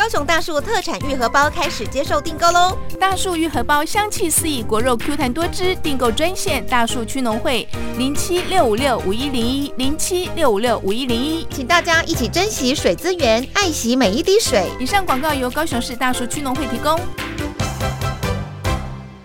雄大树特产玉荷包开始接受订购喽！ 大树玉荷包香气四溢，果肉 Q 弹多汁，订购专线大树区农会07-656-5101，07-656-5101， 请大家一起珍惜水资源，爱惜每一滴水。 以上广告由高雄市大树区农会提供。